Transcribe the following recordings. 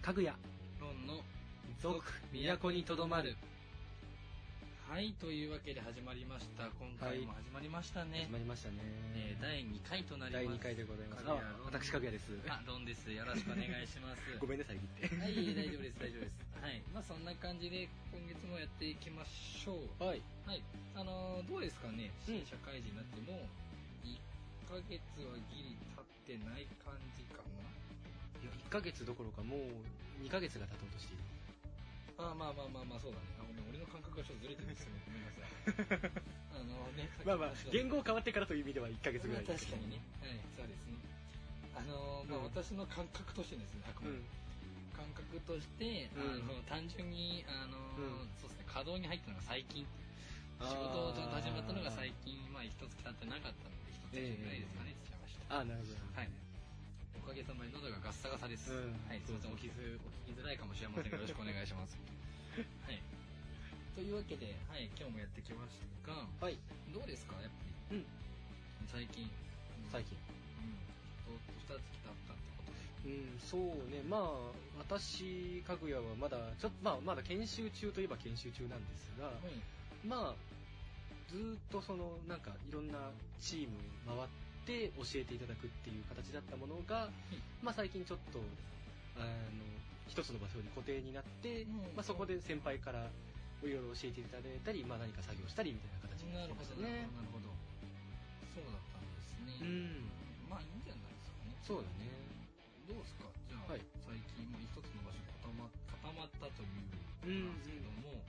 かぐやロンの続都にとどまる。 はい、というわけで始まりました。今回も始まりましたね。 始まりましたね。 第2回となります。 第2回でございます。私かぐやです。 ロンです。よろしくお願いします。 ごめんなさい、言って。 はい、大丈夫です、大丈夫です。はい。まあそんな感じで今月もやっていきましょう。 はい。 はい。どうですかね、新社会人になっても、1ヶ月はギリ経ってない感じかな。 いや、1ヶ月どころかもう2ヶ月が経とうとしている。 まあ、そうだね。ごめん、俺の感覚がちょっとずれてるんですよね。ごめんなさい。 まあまあ、言語変わってからという意味では1ヶ月ぐらい。 確かにね。はい、そうですね。私の感覚としてですね、あくまで。感覚として、単純に、そうですね、稼働に入ったのが最近。仕事をちゃんと始まったのが最近、まあ、1月経ってなかったので、1月ぐらいですかね、しちゃいました。 なるほど。 はい。おかげさまで喉がガッサガサです。はい、すみません、お聞きづらいかもしれませんが、よろしくお願いします。はい。というわけで、はい、今日もやってきましたが、 はい。 どうですか、やっぱり。最近。 最近。 2月経ったってことで。 そうね。まあ、私、かぐやはまだ、まだ研修中といえば研修中なんですが、まあ、ずーっとなんかいろんなチーム回って教えていただくっていう形だったものが、まあ最近ちょっと、一つの場所に固定になって、まあそこで先輩からいろいろ教えていただいたり、まあ何か作業したりみたいな形になってましたね。 なるほど。そうだったんですね。まあいいんじゃないですかね。 そうだね。 どうですか、じゃあ、最近、まあ、一つの場所に固まったということなんですけども、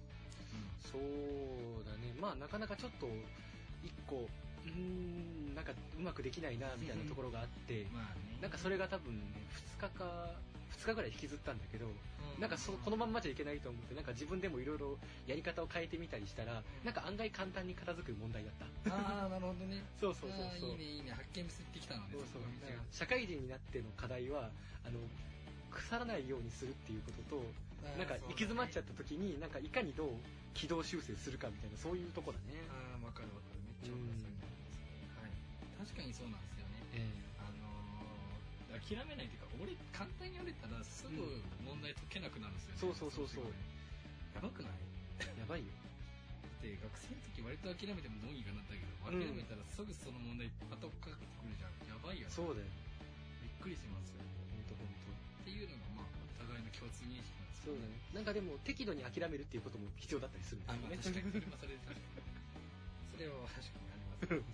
そうだね。まあなかなかちょっと一個なんかうまくできないなみたいなところがあって、なんかそれが多分ね2日ぐらい引きずったんだけど、なんかこのまんまじゃいけないと思って、なんか自分でもいろいろやり方を変えてみたりしたら、なんか案外簡単に片付く問題だった。 なるほどね。 そう。 いいね、発見すってきたので。 そう。社会人になっての課題は腐らないようにするっていうことと、なんか行き詰まっちゃった時に、なんかいかにどう軌道修正するかみたいな、そういうとこだね。 わかる。めっちゃわかる。はい。確かにそうなんですよね。諦めないというか、俺簡単に折れたらすぐ問題解けなくなるんですよね。 そう。 やばくない？ やばいよ。 で、学生の時割と諦めてもどうにかなったけど、諦めたらすぐその問題パッとかかってくるじゃん。やばいよね。 そうだよ。 びっくりしますよね。 本当。 っていうのがまあお互いの共通認識なんですよね。そうだね。なんかでも適度に諦めるっていうことも必要だったりするんだよね。 確かにそれは確かにあります。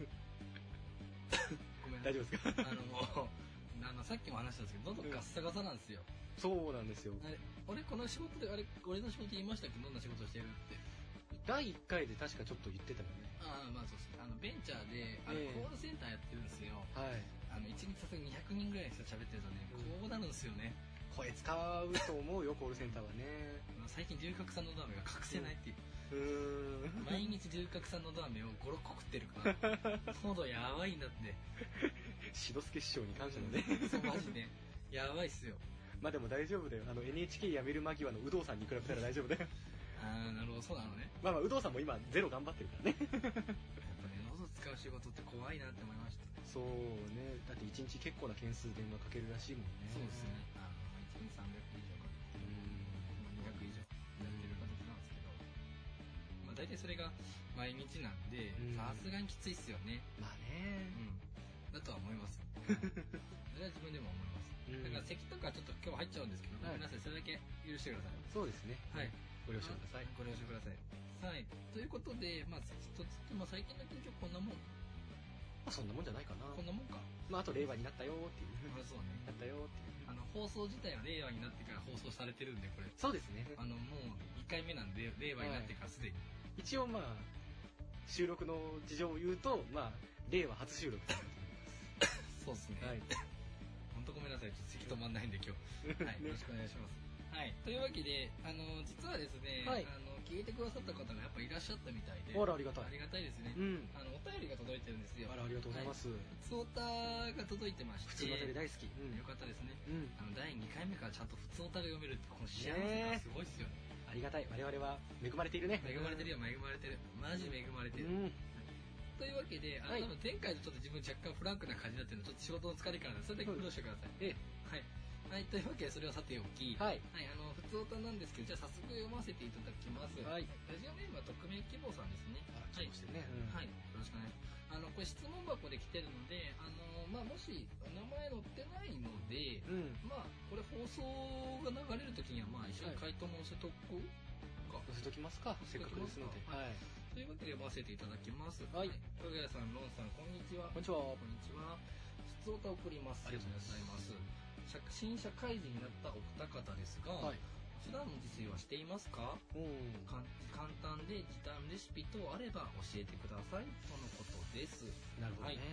ごめんなさい。 大丈夫ですか？ さっきも話したんですけど、喉ガッサガサなんですよ。 そうなんですよ。 俺この仕事で、俺の仕事言いましたっけど、どんな仕事をしてるって。 第1回で確かちょっと言ってたよね。 まあそうですね。ベンチャーで、コールセンターやってるんですよ。 はい。 1日さすがに200人ぐらいの人喋ってるとね、こうなるんですよね。 声使うと思うよ、コールセンターはね。 最近龍角散のど飴が隠せないっていう。毎日龍角散のど飴を5、6個食ってるから、喉やばいんだって。 志の輔師匠に感謝だね。 そう、マジで。やばいっすよ。 まあでも大丈夫だよ。NHK 辞める間際の有働さんに比べたら大丈夫だよ。 なるほど、そうなのね。 まあ有働さんも今ゼロ頑張ってるからね。 やっぱね、喉使う仕事って怖いなって思いました。 そうね。だって1日結構な件数電話かけるらしいもんね。 そうですね。1日300以上かけて、200以上やってる形なんですけど、まあ大体それが毎日なんで、さすがにきついっすよね。 まあね。 だとは思います。それは自分でも思います。だから咳とかちょっと今日入っちゃうんですけど、ごめんなさい、それだけ許してください。 そうですね。 はい。 ご了承ください。 ご了承ください。はい。ということで、まあ一つ、最近の近況こんなもん。 まあそんなもんじゃないかな。 こんなもんか。 まああと令和になったよっていう。 そうね。 なったよっていう。 放送自体は令和になってから放送されてるんで、これ。 そうですね。 もう1回目なんで、令和になってからすでに。 一応まあ、収録の事情を言うと、まあ、令和初収録だと思います。 そうですね。はい。本当ごめんなさい。ちょっと咳止まんないんで今日。はい。よろしくお願いします。はい。というわけで、実はですね、聞いてくださった方がやっぱいらっしゃったみたいで。 あら、ありがたい。 ありがたいですね。お便りが届いてるんですよ。 あら、ありがとうございます。 普通オタが届いてまして。 普通オタで大好き。 よかったですね。第2回目からちゃんと普通オタが読めるってこの幸せがすごいっすよね。 ありがたい。我々は恵まれているね。 恵まれてるよ、恵まれてる。マジ恵まれてる。というわけで、多分前回とちょっと自分若干フランクな感じになってるので、ちょっと仕事の疲れからなので、それだけ苦労してください。はい。 はい、というわけでそれはさておき、 はい、 普通歌なんですけど、じゃあ早速読ませていただきます。 はい、 ラジオネームは匿名希望さんですね。 はい、してね、 はい、よろしくお願いします。これ質問箱で来てるので、もし名前載ってないので、これ放送が流れるときには、一緒に回答も載せとくか。 載せときますか、せっかくですので。 はい。というわけで読ませていただきます。 はい。 かぐやさん、ロンさん、こんにちは。 こんにちは。 こんにちは。普通歌を送ります。 ありがとうございます。 新社会人になったお二方ですが、はい、普段の自炊はしていますか？簡単で時短レシピ等あれば教えてくださいとのことです。 なるほどね。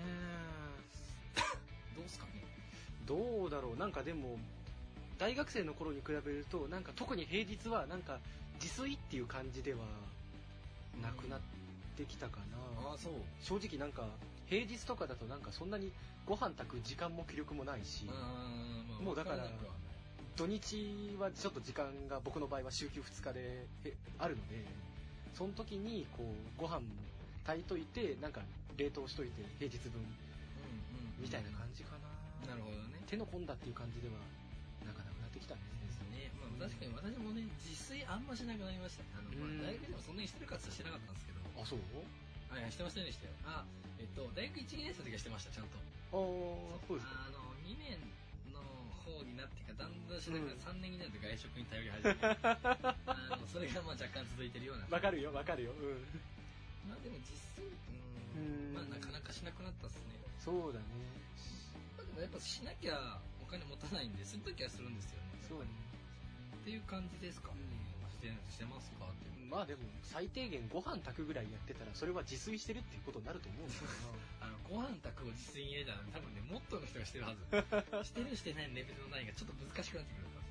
どうですかね。 どうだろう。なんかでも大学生の頃に比べるとなんか特に平日はなんか自炊っていう感じではなくなってきたかな。 そう。 正直なんか平日とかだとなんかそんなにご飯炊く時間も気力もないし、もうだから土日はちょっと時間が僕の場合は週休2日であるので、その時にこうご飯炊いといてなんか冷凍しといて平日分みたいな感じかな。 なるほどね。 手の込んだっていう感じではなかなくなってきたね。 ですね。確かに私もね自炊あんましなくなりましたね。大学でもそんなにしてるかってしてなかったんですけど。 あ、そう？ してませんでしたよ。大学1、2年生の時はしてました、ちゃんと。 そうですか。 2年の方になってからだんだんしなくなって3年になると外食に頼り始めて、それが若干続いてるような。 わかるよ。 でも実際、なかなかしなくなったっすね。 そうだね。 でもやっぱしなきゃお金持たないんで、するときはするんですよね。 そうね。 っていう感じですかね。してますかって。 でも最低限ご飯炊くぐらいやってたらそれは自炊してるっていうことになると思うんですよご飯炊くを自炊に入れたら多分ねもっとの人がしてるはずしてるしてないレベルのラインがちょっと難しくなってくるから。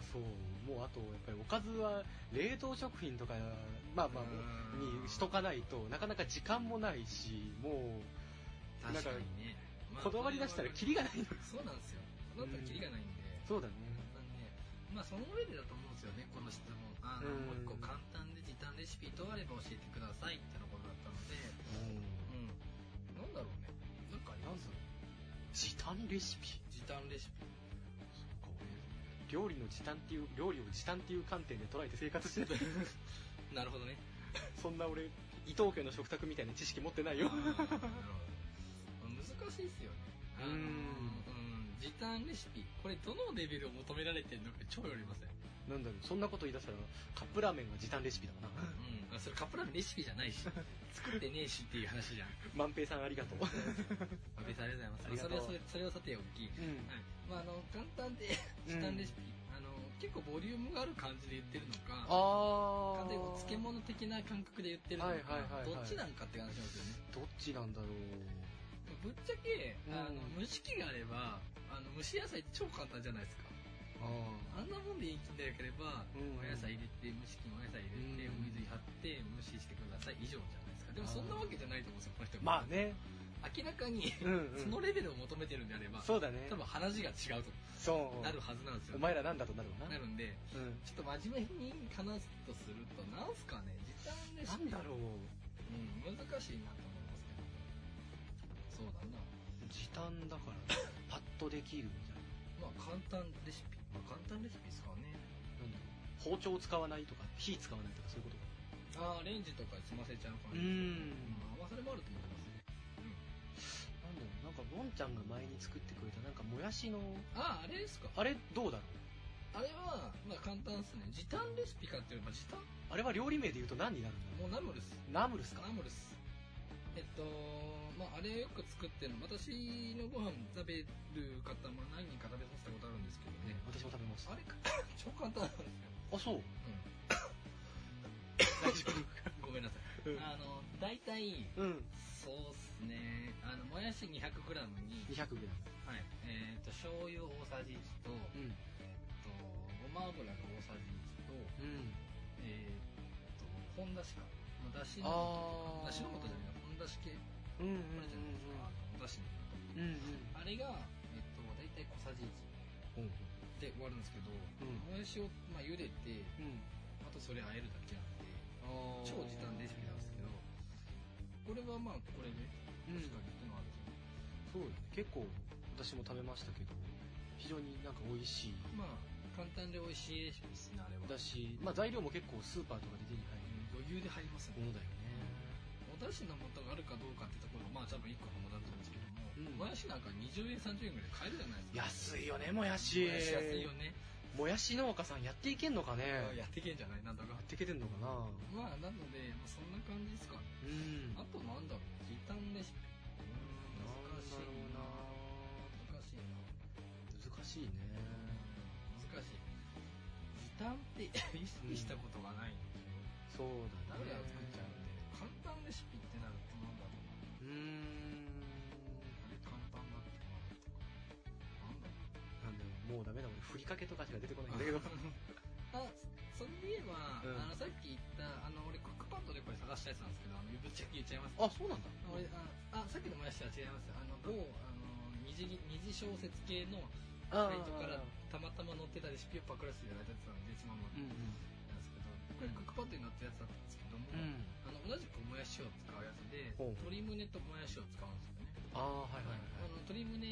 そう。もうあとやっぱりおかずは冷凍食品とかにしとかないとなかなか時間もないし、もう確かにね、 こだわり出したらキリがないの。 そうなんですよ。こだわったらキリがないんで。 そうだね。 その上でだと思うんですよね、この質問。もう一個簡単で時短レシピとあれば教えてくださいってのことだったので、なんだろうね。なんかあります？ 時短レシピ。 時短レシピ。 そうか、料理を時短っていう観点で捉えて生活してる。 なるほどね。 そんな俺伊藤家の食卓みたいな知識持ってないよ。 なるほど。難しいっすよね。時短レシピ、これどのレベルを求められてるのか超よりません？ なんだろう、そんなこと言い出したらカップラーメンが時短レシピだもんな。 それカップラーメンレシピじゃないし作ってねえしっていう話じゃん。 万平さんありがとう。 万平さんありがとうございます。それをさておき、簡単で時短レシピ、結構ボリュームがある感じで言ってるのか、完全に漬物的な感覚で言ってるのか、どっちなんかって話なんですよね。 どっちなんだろう。 ぶっちゃけ蒸し器があれば蒸し野菜って超簡単じゃないですか。あんなもんでいいんでなければ、お野菜入れて蒸し器のお野菜入れて、お水に張って蒸ししてください以上じゃないですか。でもそんなわけじゃないと思うんですよ、この人。 まあね、 明らかにそのレベルを求めてるんであれば、 そうだね、 多分話が違うとなるはずなんですよ。 お前らなんだとなるわな。 なるんで、ちょっと真面目に話すとすると、なんすかね、時短レシピなんだろう、 難しいなと思いますけど。そうだな、 時短だからパッとできるみたいな。 簡単レシピ、簡単レシピですかね。 なんだろう、包丁を使わないとか火使わないとかそういうこと。 レンジとかで済ませちゃう感じ。それもあると思いますね。 なんかのんちゃんが前に作ってくれたなんかもやしのあれですか。 あれどうだろう。 あれは簡単ですね。時短レシピかっていうと時短、 あれは料理名で言うと何になるんだろう。 もうナムルス。 ナムルスか。 ナムルス。あれよく作ってるの、私のご飯食べる方も何人か食べさせたことあるんですけどね。 私も食べます。 あれ超簡単なんですよ。 あ、そう。 大丈夫。ごめんなさい。大体、そうっすね。もやし 200g に 200g。 はい。醤油大さじ1と、ごま油が大さじ1と、本だしか。だしの素じゃない、本だし系。これじゃないですか。おだしの。あれが、大体小さじ1で終わるんですけど、もやしを茹でて、あとそれ和えるだけなんで、超時短レシピなんですけど、これはこれで確かにってのはあるんですよね。 そうだね。結構私も食べましたけど、 非常になんか美味しい。 まあ簡単で美味しいレシピですね、あれは。 だし、まあ材料も結構スーパーとかで手に入る。 余裕で入りますね。 ものだよね。 お出汁の素があるかどうかってところが、まあ多分1個のものだと思うんですけども、もやしなんか20円、30円ぐらいで買えるじゃないですか。 安いよね、もやし。 もやし安いよね。 もやし農家さんやっていけんのかね。 やっていけんじゃない、なんだか。 やっていけてんのかな。 まあ、なので、まあ、そんな感じですかね。あとなんだろう、時短レシピ。難しいな。難しいな。 難しいね。 難しい。時短って意識したことがないんで。 そうだね。 誰が作っちゃうんで。簡単レシピってなるとなんだろうな。あれ簡単だったかなとか。なんだろう。 なんだろう、もうダメだ、俺、ふりかけとかしか出てこないんだけど。 それで言えば、さっき言った、俺、クックパッドでこれ探したやつなんですけど、ぶっちゃけ言っちゃいます。 あ、そうなんだ。 俺、さっきのもやしは違います。二次小説系のサイトからたまたま載ってたレシピをパクらせていただいたやつなんで、そのままなんですけど、これクックパッドに載ったやつだったんですけども、同じくもやしを使うやつで、鶏胸ともやしを使うんですよね。鶏胸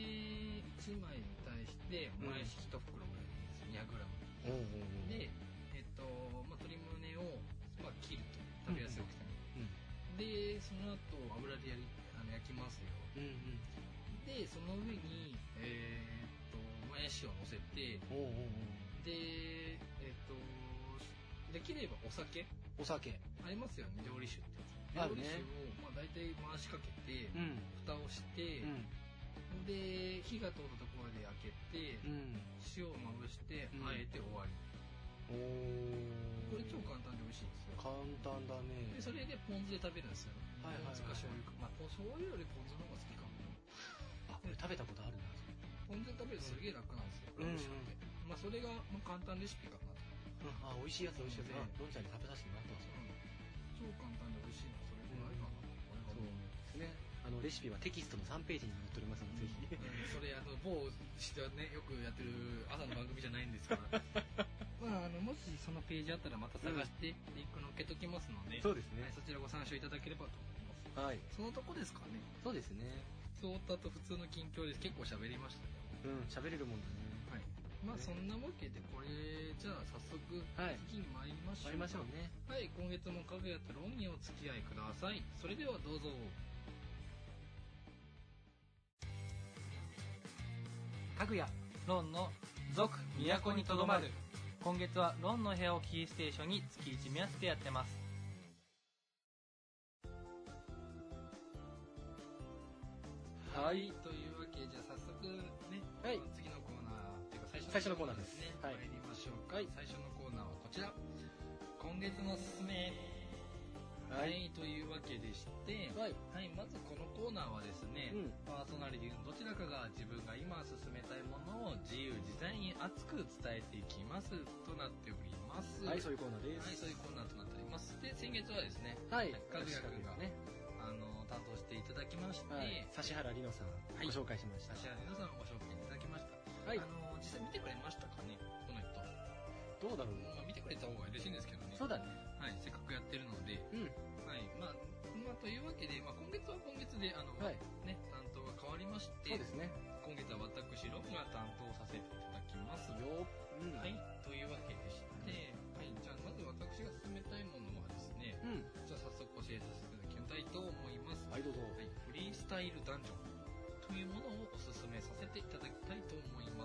1枚に対してもやし1袋ぐらいです。200g。で、鶏胸を、切ると食べやすい大きさに。で、その後油で焼きますよ。で、その上にもやしを乗せて、で、できればお酒ありますよね、料理酒ってやつ。料理酒を大体回しかけて、蓋をして、で、火が通ったところで焼けて、塩をまぶしてあえて終わり。これ超簡単で美味しいんですよ。 簡単だね。 でそれでポン酢で食べるんですよ。ポン酢か醤油か。醤油よりポン酢の方が好きかも。 これ食べたことあるな。 ポン酢で食べるとすげえ楽なんですよ。美味しくて。それが簡単レシピかなと。 美味しいやつ美味しいやつ。のんちゃんに食べさせてもらってます。 超簡単で美味しいのそれぐらいかな。 そうですね。レシピはテキストの3ページに載っておりますので、ぜひ。 それ、某してはね、よくやってる朝の番組じゃないんですから。もしそのページあったらまた探してリンク載っけときますので、 そうですね。 そちらご参照いただければと思います。そのとこですかね。 そうですね。 そうだと普通の近況です。結構喋りましたね。 喋れるもんだね。 そんなわけで、これ、じゃあ早速、次に参りましょう。 参りましょうね。 はい、今月もかぐやとロンにお付き合いください。それではどうぞ。 かぐやロンの続都にとどまる。今月はロンの部屋をキーステーションに月1目安でやってます。 はい、というわけで、じゃあ早速ね、次のコーナーっていうか最初のコーナーですね。参りましょうか。最初のコーナーはこちら。今月のおすすめ。というわけでして、まずこのコーナーはですね、パーソナリティのどちらかが自分が今進めたいものを自由自在に熱く伝えていきますとなっております。 そういうコーナーです。 そういうコーナーとなっております。で、先月はですね、かぐやくんがね、担当していただきまして、 指原莉乃さんご紹介しました。 指原莉乃さんご紹介いただきました。実際見てくれましたかね、この人。 どうだろう。 見てくれた方が嬉しいんですけどね。 そうだね。 せっかくやってるので。というわけで、今月は今月で、担当が変わりまして、 そうですね。 今月は私、ロンが担当させていただきますよ。というわけでして、じゃあまず私が進めたいものはですね、じゃあ早速教えさせていただきたいと思います。 どうぞ。 フリースタイルダンジョンというものをおすすめさせていただきたいと思います。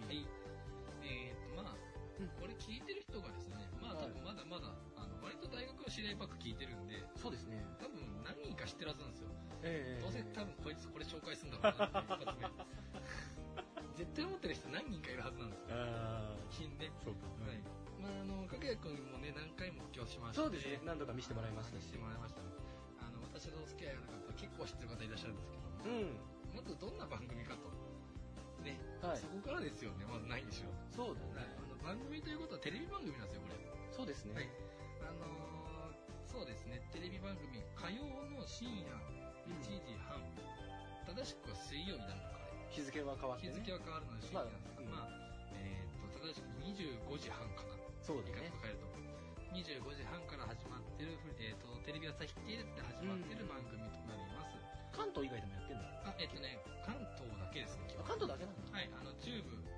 これ聞いてる人がですね、多分まだまだ割と大学の知り合いばっか聞いてるんで、 そうですね。 多分何人か知ってるはずなんですよ。どうせ多分こいつこれ紹介するんだろうなって一発目。絶対持ってる人何人かいるはずなんですよ。品ね。 そうか。 かぐやくんもね、何回も布教しました。 そうですね。何度か見せてもらいましたし。 私のお付き合いがなかったら結構知ってる方いらっしゃるんですけども、まずどんな番組かと。ね、そこからですよね、まずないんですよ。 そうだね。 番組ということはテレビ番組なんですよ、これ。 そうですね。 そうですね、テレビ番組、火曜の深夜1時半、正しくは水曜になるのか、 日付は変わってね。 日付は変わるので深夜なんですが、正しく25時半かな。 そうだね。 変えると。25時半から始まってる、テレビ朝日系列で始まってる番組となります。 関東以外でもやってんだ。 関東だけですね。 関東だけなんだ。 中部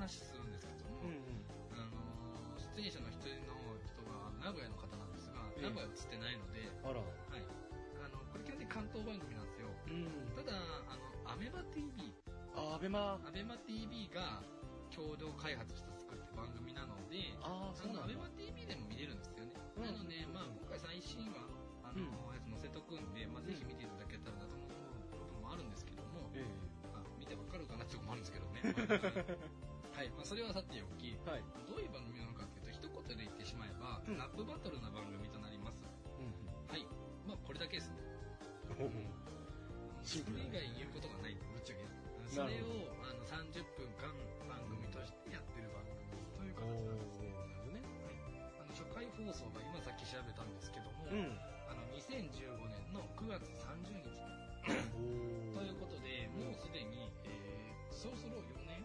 話するんですけども、出演者の一人の人が名古屋の方なんですが、名古屋映ってないので、はい、これ基本的に関東番組なんですよ。ただアベマ TV アベマ TV が共同開発して作って番組なので、アベマ TV でも見れるんですよね。なので、今回最新話やつ載せとくんで、ぜひ見ていただけたらなと思う部分もあるんですけども、見てわかるかなってとこもあるんですけどね。はい、それはさておき、どういう番組なのかというと、一言で言ってしまえば、ラップバトルな番組となります。はい、これだけですね。それ以外言うことがないんで、ぶっちゃけ。それを30分間番組としてやってる番組という形なんですね。初回放送が今さっき調べたんですけども、2015年の9月30日ということで、もうすでに、そろそろ4年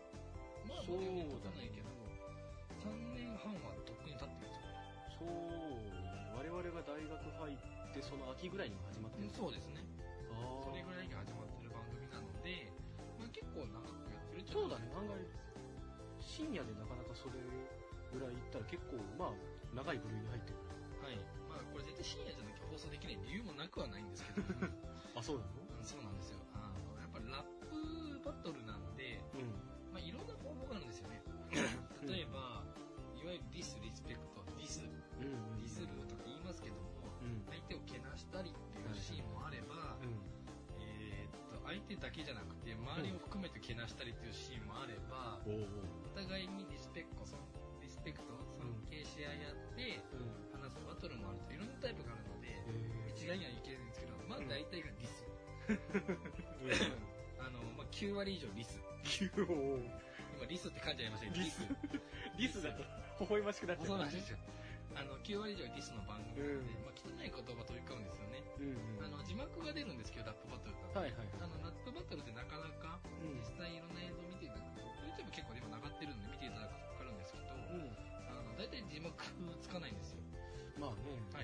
4年経たないけど、3年半はとっくに経ってると。 我々が大学入ってその秋ぐらいに始まってる。 そうですね。それぐらいに始まってる番組なので、結構長くやってる。 そうだね、案外深夜でなかなかそれぐらいいったら結構長い部類に入ってくる。 はい。これ絶対深夜じゃなきゃ放送できない理由もなくはないんですけどそうなの？ そうなんですよ。やっぱりラップバトルなんで、いろんな方法があるんですよね。例えば、いわゆるディス、リスペクト、ディスるとか言いますけども、相手をけなしたりっていうシーンもあれば、相手だけじゃなくて周りを含めてけなしたりっていうシーンもあれば、お互いにリスペクト、尊敬し合い合って話すバトルもあると、いろんなタイプがあるので、一概には言い切れないんですけど、大体がディス。9割以上リス。今リスって噛んじゃいましたけど、 リスだと微笑ましくなっちゃう。 そうなんですよ。9割以上リスの番組なので、汚い言葉飛び交うんですよね。字幕が出るんですけど、ラップバトルだと。ラップバトルってなかなか実際いろんな映像を見ていただくと、YouTube 結構でも上がってるんで見ていただくと分かるんですけど、大体字幕つかないんですよ。はい。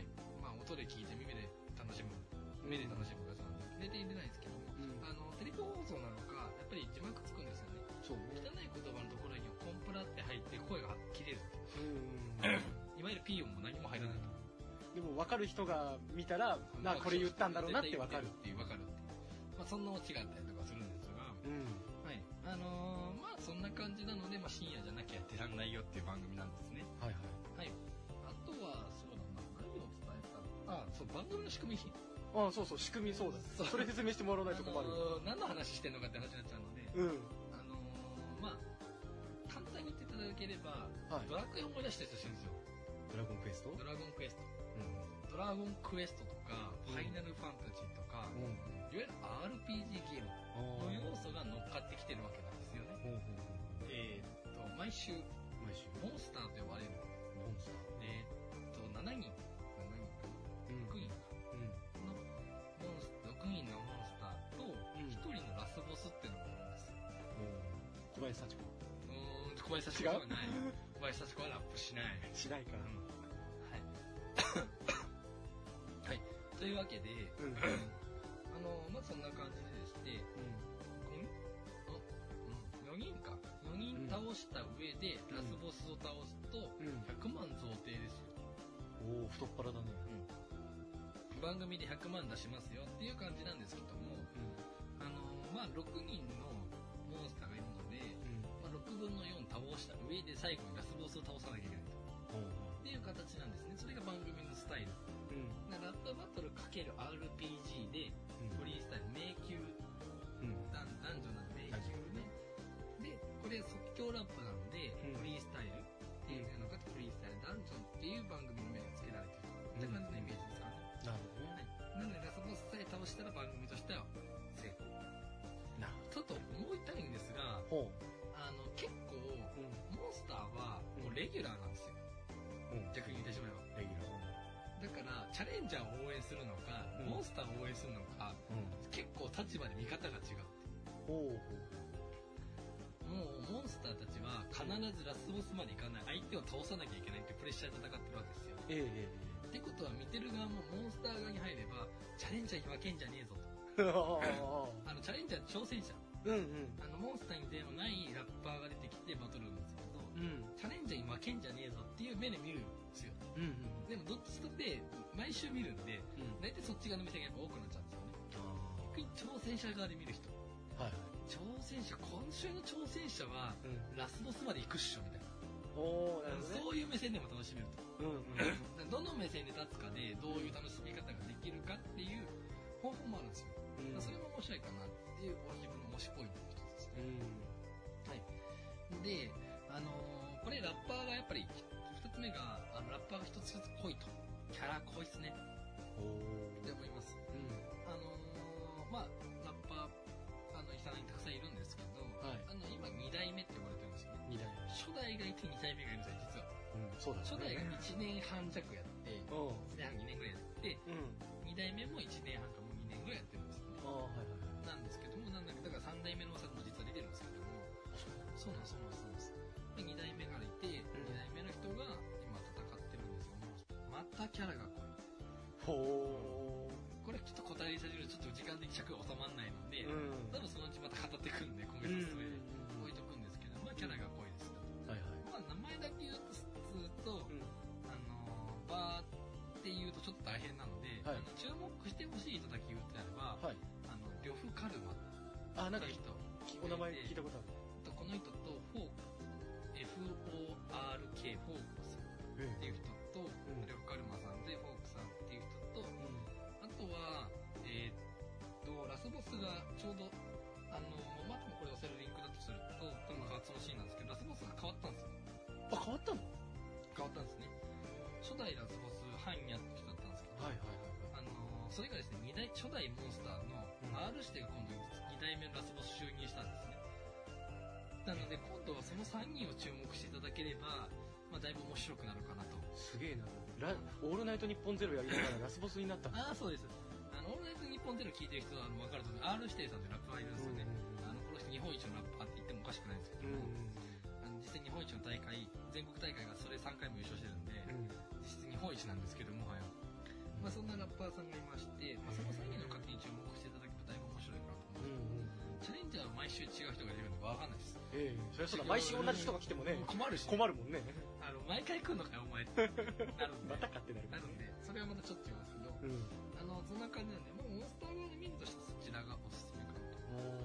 音で聞いて耳で楽しむ、目で楽しむやつなんで、大体出ないんですけども、テレビ放送なのか、やっぱり字幕つくんですよね。汚い言葉のところにコンプラって入って声が切れる。いわゆるピーヨンも何も入らないと。 でも分かる人が見たら、これ言ったんだろうなって分かる。 そんなオチがあったりとかするんですが、はい。そんな感じなので、深夜じゃなきゃやってらんないよっていう番組なんですね。はい。あとは、そうだな、何を伝えた？そう、番組の仕組み。 そう、仕組み、そうだ。それ説明してもらわないと困る。 何の話してんのかって話になっちゃうので、簡単に言っていただければ、ドラクエを思い出したりするんですよ。 ドラゴンクエスト。 ドラゴンクエストとか、ファイナルファンタジーとか、いわゆる RPG ゲームの要素が乗っかってきてるわけなんですよね。毎週モンスターと呼ばれる7人6人の6人のモンスターと1人のラスボスっていうのがあるんです。 小林幸子。 小林幸子はない。小林幸子はラップしない。 か。 はい。というわけで、そんな感じでして、4人倒した上でラスボスを倒すと100万贈呈ですよ。 太っ腹だね。 番組で100万出しますよっていう感じなんですけども、6人のモンスターがいるので、6分の4倒した上で最後にラスボスを倒さなきゃいけないと。っていう形なんですね。それが番組のスタイル。ラップバトル×RPG で、フリースタイル、迷宮、男女なんで迷宮ね。で、これ即興ラップなんで、フリースタイルっていうのか、フリースタイルダンジョンっていう番組の名が付けられてる。って感じのイメージですかね。 なるほどね。 なので、ラスボスさえ倒したら番組としては成功。ちょっと思いたいんですが、結構、モンスターはもうレギュラーなんですよ。逆に言ってしまえば。 レギュラー。 だから、チャレンジャーを応援するのか、モンスターを応援するのか、結構立場で見方が違う。もう、モンスターたちは必ずラスボスまでいかない、相手を倒さなきゃいけないってプレッシャーで戦ってるわけですよ。ってことは、見てる側もモンスター側に入れば、チャレンジャーに負けんじゃねえぞと。チャレンジャー挑戦者。モンスターにでもないラッパーが出てきてバトルるんですけんじゃねえぞっていう目で見るんですよ。でもどっちとって毎週見るんで、大体そっち側の目線がやっぱ多くなっちゃうんですよね。逆に挑戦者側で見る人。はいはい。挑戦者、今週の挑戦者は、ラスボスまで行くっしょみたいな。そういう目線でも楽しめると。どの目線で立つかでどういう楽しみ方ができるかっていう方法もあるんですよ。それも面白いかなっていう自分の推しポイントの一つですね。はい。で、これラッパーがやっぱり一つ目がラッパーが一つずつ濃いと。キャラ濃いっすね。って思います。まあラッパーイサナにたくさんいるんですけど、今2代目って呼ばれてるんですよね。2代目。初代がいて2代目がいるんですよ、実は。そうだね。初代が1年半弱やって、1年半2年ぐらいやって、2代目も1年半かもう2年ぐらいやってるんですよね。なんですけども、だから3代目のさんも実は出てるんですけども、そうなんです。で2代目がいて、2代目の人が今戦ってるんですよ。またキャラが濃い。これちょっと答えされるとちょっと時間的尺が収まらないので、多分そのうちまた語ってくんで、今月おすすめ置いとくんですけど、まあキャラが濃いですよ。まあ名前だけ言うと、バーって言うとちょっと大変なので、注目してほしい人だけ言うとあれば、呂布カルマ。 なんかお名前聞いたことある。 この人とフォーク、FORK フォークさんっていう人と、呂布カルマさんでフォークさんっていう人と、あとは、ラスボスがちょうど、またこれ押せるリンクだとすると、これもそのシーンなんですけど、ラスボスが変わったんですよ。 変わったの？ 変わったんですね。初代ラスボス、ハンニャって人だったんですけど、それがですね、初代モンスターの R 指定が今度2代目のラスボス就任したんですね。なので今度はその3人を注目していただければ、まあ、だいぶ面白くなるかなと。 すげえな。オールナイトニッポンゼロやりながらラスボスになったそうです。オールナイトニッポンゼロ聞いてる人は分かると思う。R 指定さんというラッパーがいるんですよね。この人日本一のラッパーって言ってもおかしくないんですけども、実際日本一の大会、全国大会がそれ3回も優勝してるんで、実質日本一なんですけどもはや。まあ、そんなラッパーさんがいまして、その3人の勝手に注目していただけばだいぶ面白いかなと思います。チャレンジャーは毎週違う人がいるのか分かんないです。 それはそうだ、毎週同じ人が来てもね、 困るもんね。 毎回来んのかよ、お前ってなるんで。 またかってなる。 なので、それはまたちょっと違うんですけど、そんな感じなんで、もうモンスター側で見るとしてそちらがおすすめかなと。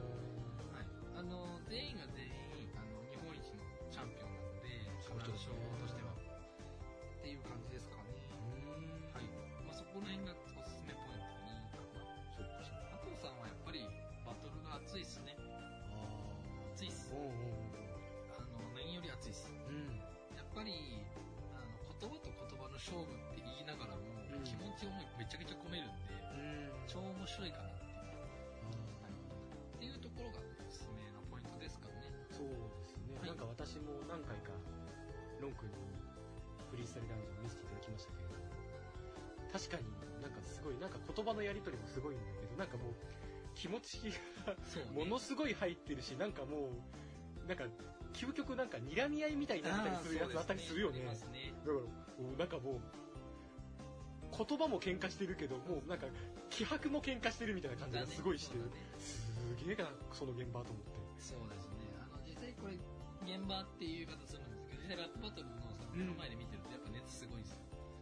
全員が全員、日本一のチャンピオンなので、称号としては。っていう感じですかね。はい。まあ、そこら辺がおすすめポイントにいいかな。そうですね。加藤さんはやっぱりバトルが熱いっすね。熱いっす。何より熱いっす。やっぱり、言葉と言葉の勝負って言いながらも、気持ちをめちゃくちゃ込めるんで、超面白いかなっていう。っていうところがおすすめのポイントですかね。 そうですね。なんか私も何回か、ロン君にフリースタイルダンジョン見せていただきましたけれども、確かになんかすごい、なんか言葉のやり取りもすごいんだけど、なんかもう気持ちがものすごい入ってるし、なんかもう、なんか究極なんか睨み合いみたいになったりするやつあったりするよね。だからなんかもう言葉も喧嘩してるけど、もうなんか気迫も喧嘩してるみたいな感じがすごいして、すげえなその現場と思って。 そうですね。実際これ現場っていう言い方するんですけど、実際ラップバトルの目の前で見てるとやっぱ熱すごいんですよ。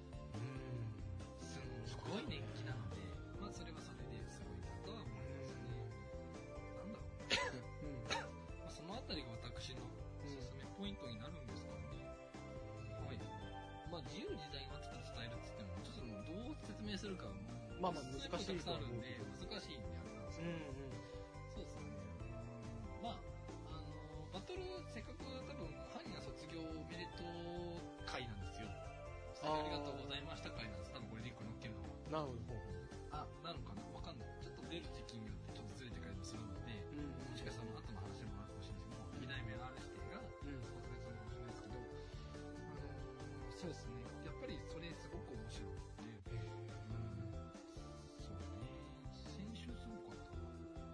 すごい熱気なので、まあそれはそれですごいなとは思いますね。なんだろう。そのあたりが私のおすすめポイントになるんですからね。はい。まあ自由自在になって伝えるって言っても、ちょっともうどう説明するかはもう、難しいたくさんあるんで、難しいんであれなんですけど、そうですね。まあ、バトル、せっかく多分、ハニーが卒業おめでとう会なんですよ。ありがとうございました会なんです。多分これリンク載っけるのは。 なるほど。 なのかなわかんない。ちょっと出る時期によってちょっとずれてたりもするので、もしかしたらその後の話もあるかもしれないですけど、2代目 R 指定が、お伝えするかもしれないですけど、そうですね。やっぱりそれすごく面白くて、そうね。先週すごかったな。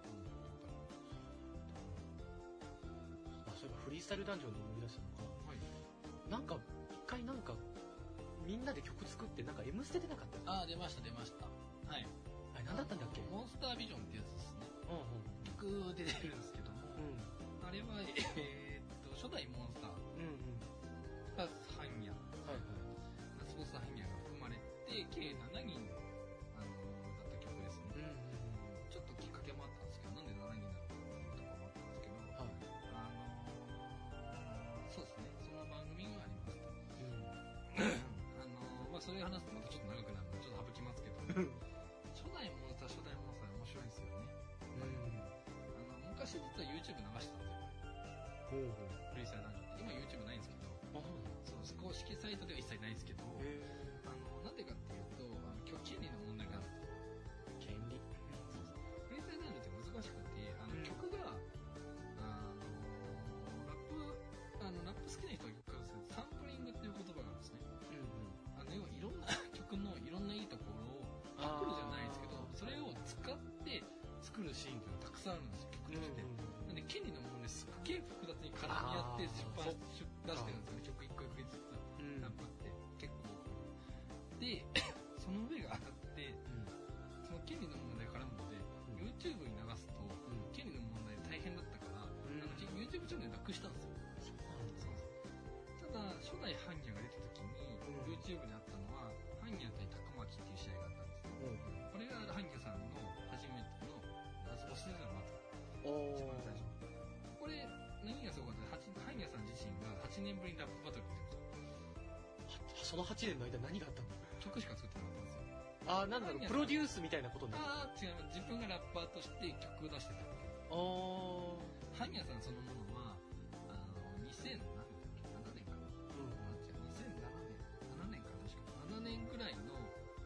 そういえばフリースタイルダンジョンで思い出したのが、なんか一回なんかみんなで曲作ってなんか M ステ出なかった？ 出ました。はい。 あれ何だったんだっけ？ モンスタービジョンってやつですね。曲で出てるんですけども、あれは初代モンスターが入話すとまたちょっと長くなるのでちょっと省きますけど初代モンスター面白いんですよね。昔実は YouTube 流してたんですよ。フリースタイルダンジョンって今 YouTube ないんですけど、そう公式サイトでは一切ないんですけど、なんでかっていうと今日権利の問題があって、 権利フリースタイルダンジョンって難しくて、曲がラップ好きな人がサンプリングっていう言葉があるんですね。要はいろんな曲のいろんないいところをパクるじゃないですけど、それを使って作るシーンっていうのがたくさんあるんですよ、曲として。なんで権利の問題すっげえ複雑に絡み合って出してるんですよね、曲一個一個ずつラップって結構。でその上があって、その権利の問題絡むので、YouTube に流すと権利の問題大変だったから、YouTube チャンネルなくしたんですよ。ただ初代ハンニャが出た時に、YouTube にあったのはハンニャ対高巻っていう試合があったんですよ。これがハンニャさんの初めてのラスボスでのバトル、一番最初。これ何がすごかったって、ハンニャさん自身が8年ぶりにラップバトルに出てるんですよ。 その8年の間何があったの？ 曲しか作ってなかったんですよ。 なんだろう、プロデュースみたいなことになって。違う、自分がラッパーとして曲を出してた。ハンニャさんそのものは2007年かな、2007年か確か7年ぐらいの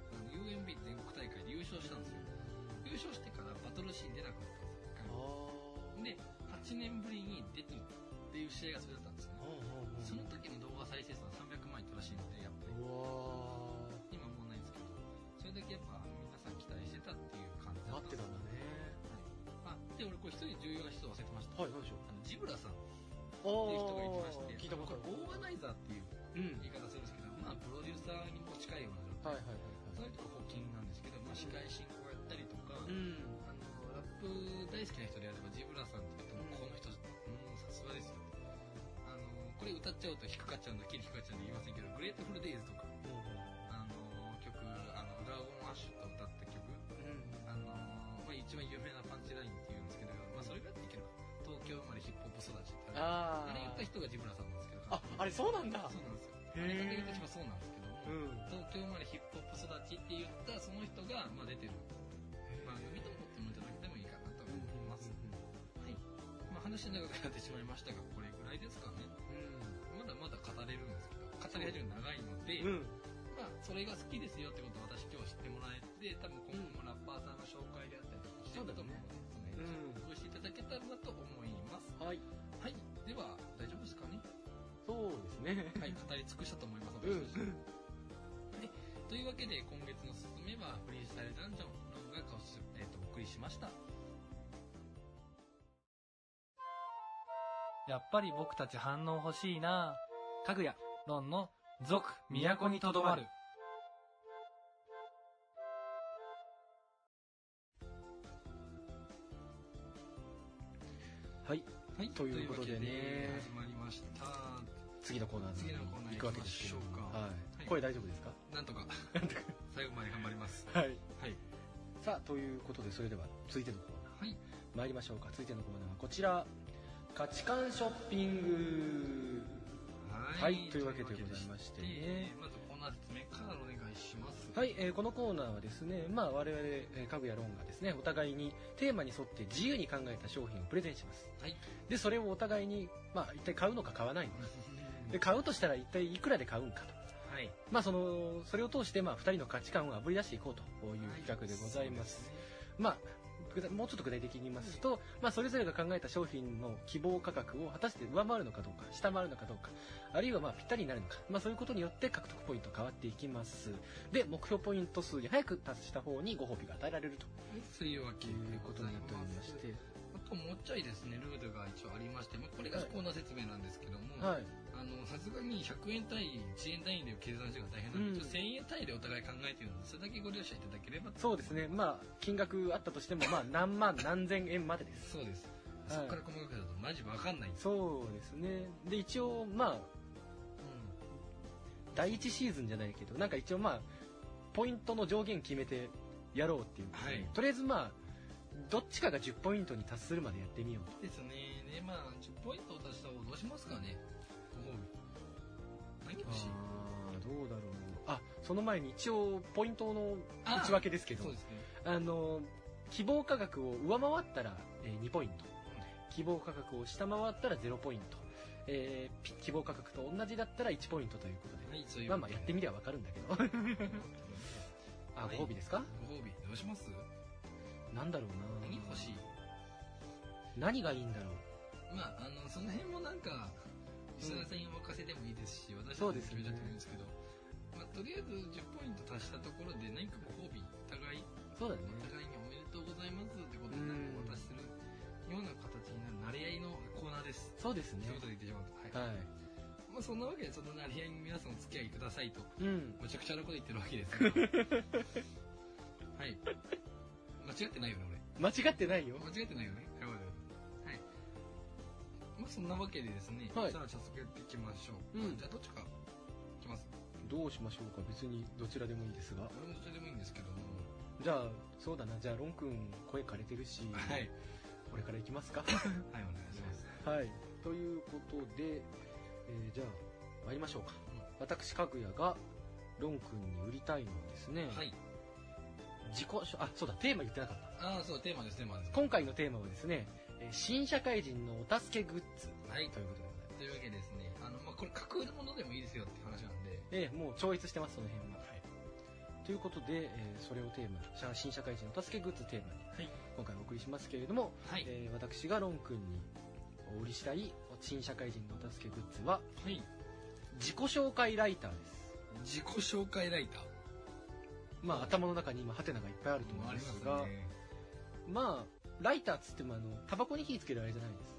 UMB 全国大会で優勝したんですよ。優勝してからバトルシーン出なくなったんですよ。で8年ぶりに出てるっていう試合がそれだったんですよね。その時の動画再生数は300万いったらしいので、やっぱり今もうないんですけど、それだけやっぱ皆さん期待してたっていう感じだったんですよ。 待ってたんだね。 で俺これ一人重要な人忘れてました。 はい、何でしょう。 ジブラさんっていう人がいまして、 聞いたことある。 オーガナイザーっていう言い方するんですけど、プロデューサーにも近いような状態。その人が発起人なんですけど、司会進行やったりとか、ラップ大好きな人であればジブラさんって言うと、この人もうさすがですよ。これ歌っちゃうと引っかかっちゃうんだ、気に引っかかっちゃうんで言いませんけど、グレートフルデイズとか、曲、ドラゴンアッシュと歌った曲、一番有名なパンチラインっていうんですけど、それがっていけるか、東京生まれヒップホップ育ちってあれ言った人がジブラさんなんですけど、 あれそうなんだ。 そうなんですよ。あれが言った人はそうなんですけども、東京生まれヒップホップ育ちって言ったその人が出てる番組と思ってもいただけてもいいかなと思います。はい。話長くなってしまいましたが、これぐらいですかね。まだまだ語れるんですけど、語り始め長いので、それが好きですよってことを私今日知ってもらえて、多分今後もラッパーさんの紹介であったりとかしてると思うので、その辺チェックしていただけたらなと思います。はい。はい。では、大丈夫ですかね？ そうですね。 はい、語り尽くしたと思います。私たち。はい。というわけで、今月のすすめはフリースタイルダンジョンロンがお送りしました。 やっぱり僕たち反応欲しいな。かぐやロンの続都にとどまる。 はい、ということでね、 始まりました。 次のコーナーに行くわけですけど、声大丈夫ですか？ なんとか最後まで頑張ります。 はい。さあ、ということで、それでは続いてのコーナー、参りましょうか。続いてのコーナーはこちら、価値観ショッピング。はい、というわけでございましてね、 まずコーナー説明からお願いします。 はい、このコーナーはですね、我々かぐやロンがですね、お互いにテーマに沿って自由に考えた商品をプレゼンします。でそれをお互いに一体買うのか買わないのかで、買うとしたら一体いくらで買うんかと、それを通して2人の価値観をあぶり出していこうという企画でございます。もうちょっと具体的に言いますと、それぞれが考えた商品の希望価格を果たして上回るのかどうか、下回るのかどうか、あるいはぴったりになるのか、そういうことによって獲得ポイント変わっていきます。で、目標ポイント数に早く達した方にご褒美が与えられるということになっておりまして、 あともうちょいですね、ルールが一応ありまして、これがコーナー説明なんですけども、さすがに100円単位、1円単位で計算してが大変なので、1000円単位でお互い考えているので、それだけご了承いただければと。 そうですね、金額あったとしても、何万何千円までです。 そうです。そこから細かくだとマジ分かんないんです。 そうですね。で、一応第1シーズンじゃないけど、一応ポイントの上限決めてやろうっていう、とりあえずどっちかが10ポイントに達するまでやってみようですね。で10ポイントを達した方どうしますかね。何欲しい？ どうだろう。 その前に一応ポイントの内訳ですけど、 そうですね。 希望価格を上回ったら、2ポイント、希望価格を下回ったら0ポイント、希望価格と同じだったら1ポイントということで、 はい、そういうまあまあやってみればわかるんだけどご褒美ですか？ ご褒美どうします？ なんだろうな。 何欲しい？ 何がいいんだろう。 まあその辺もなんか石田さんにお任せでもいいですし、私そうですね決めちゃってもいいんですけど、まあとりあえず10ポイント足したところで何かご褒美お互いそうだね。 お互いにおめでとうございますってことで何かお渡しするような形になる、なり合いのコーナーです。 そうですね。 ということで言ってしまうと、はい。 はい。 まあそんなわけでそのなり合いに皆さんお付き合いくださいと、 うん。 むちゃくちゃなこと言ってるわけですがはい。間違ってないよね間違ってないよ。 俺。間違ってないよね。はい。まあそんなわけでですね。 はい。 さあ早速やっていきましょう。じゃあどっちかいきます。 どうしましょうか。別にどちらでもいいですが。 俺もどちらでもいいんですけども。 じゃあそうだな。じゃあロン君声枯れてるし、 はい。 これからいきますか。 はい、お願いします。 はい。ということで、じゃあ参りましょうか。私かぐやがロン君に売りたいのはですね。はい。そうだ、テーマ言ってなかった。 そう、テーマです。 今回のテーマはですね、新社会人のお助けグッズ。 はい。 ということでございます。 というわけですね。まあこれ架空のものでもいいですよって話なんで。 もう超越してます、その辺は。はい。ということで、それをテーマに、新社会人のお助けグッズテーマに、今回お送りしますけれども、はい。私がロン君にお売りしたい新社会人のお助けグッズは、はい。自己紹介ライターです。 自己紹介ライター。 まあ頭の中に今ハテナがいっぱいあると思うんですが、まあライターっつってもタバコに火つけるあれじゃないです。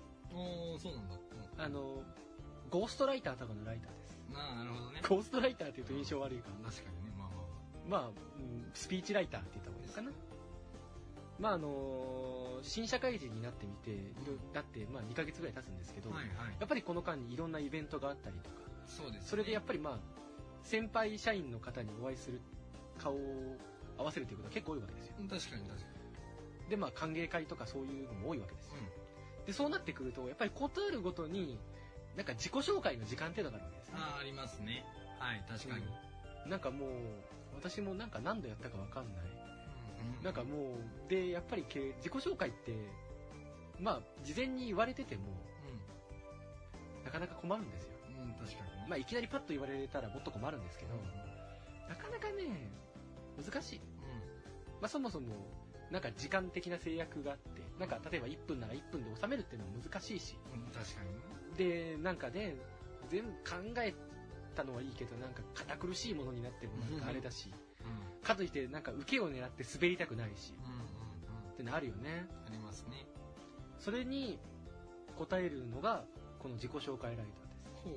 そうなんだ。 ゴーストライターとかのライターです。 なるほどね。 ゴーストライターっていうと印象悪いから。確かにね。 まあスピーチライターって言った方がいいですかな。まあ新社会人になってみて、だってまあ2ヶ月ぐらい経つんですけど、やっぱりこの間にいろんなイベントがあったりとか、 そうですね。 それでやっぱりまあ先輩社員の方にお会いする顔を合わせるということは結構多いわけですよ。 確かに。 でまあ歓迎会とかそういうのも多いわけですよ。でそうなってくるとやっぱりことあるごとになんか自己紹介の時間っていうのがあるわけですね。 ありますね。はい、確かに。 なんかもう私もなんか何度やったかわかんない。なんかもうでやっぱり自己紹介ってまあ事前に言われてても、なかなか困るんですよ。 確かに。 まあいきなりパッと言われたらもっと困るんですけど、なかなかね難しい。まあそもそもなんか時間的な制約があって、なんか例えば1分なら1分で収めるっていうのは難しいし、 確かに。 でなんかね全部考えたのはいいけどなんか堅苦しいものになってもなんかあれだし、かといってなんか受けを狙って滑りたくないし、ってのあるよね。 ありますね。 それに答えるのがこの自己紹介ライターです。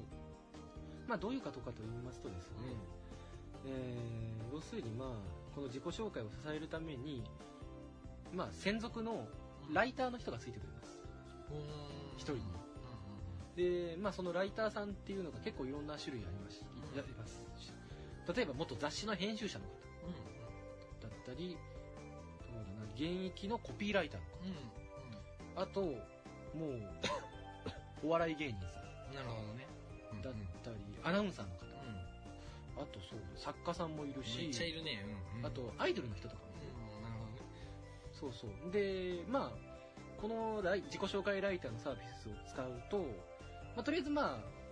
まあどういうことかと言いますとですね、要するにまあこの自己紹介を支えるためにまあ専属のライターの人がついてくれます。一人に。でまあそのライターさんっていうのが結構いろんな種類あります。例えば元雑誌の編集者の方だったり、そうだな、現役のコピーライターの方、あともうお笑い芸人さん、 なるほどね、 だったりアナウンサーの方、あとそう作家さんもいるし、 めっちゃいるね、 あとアイドルの人とかも、 なるほどね。 そうでまあこの自己紹介ライターのサービスを使うと、まあ、とりあえずまあ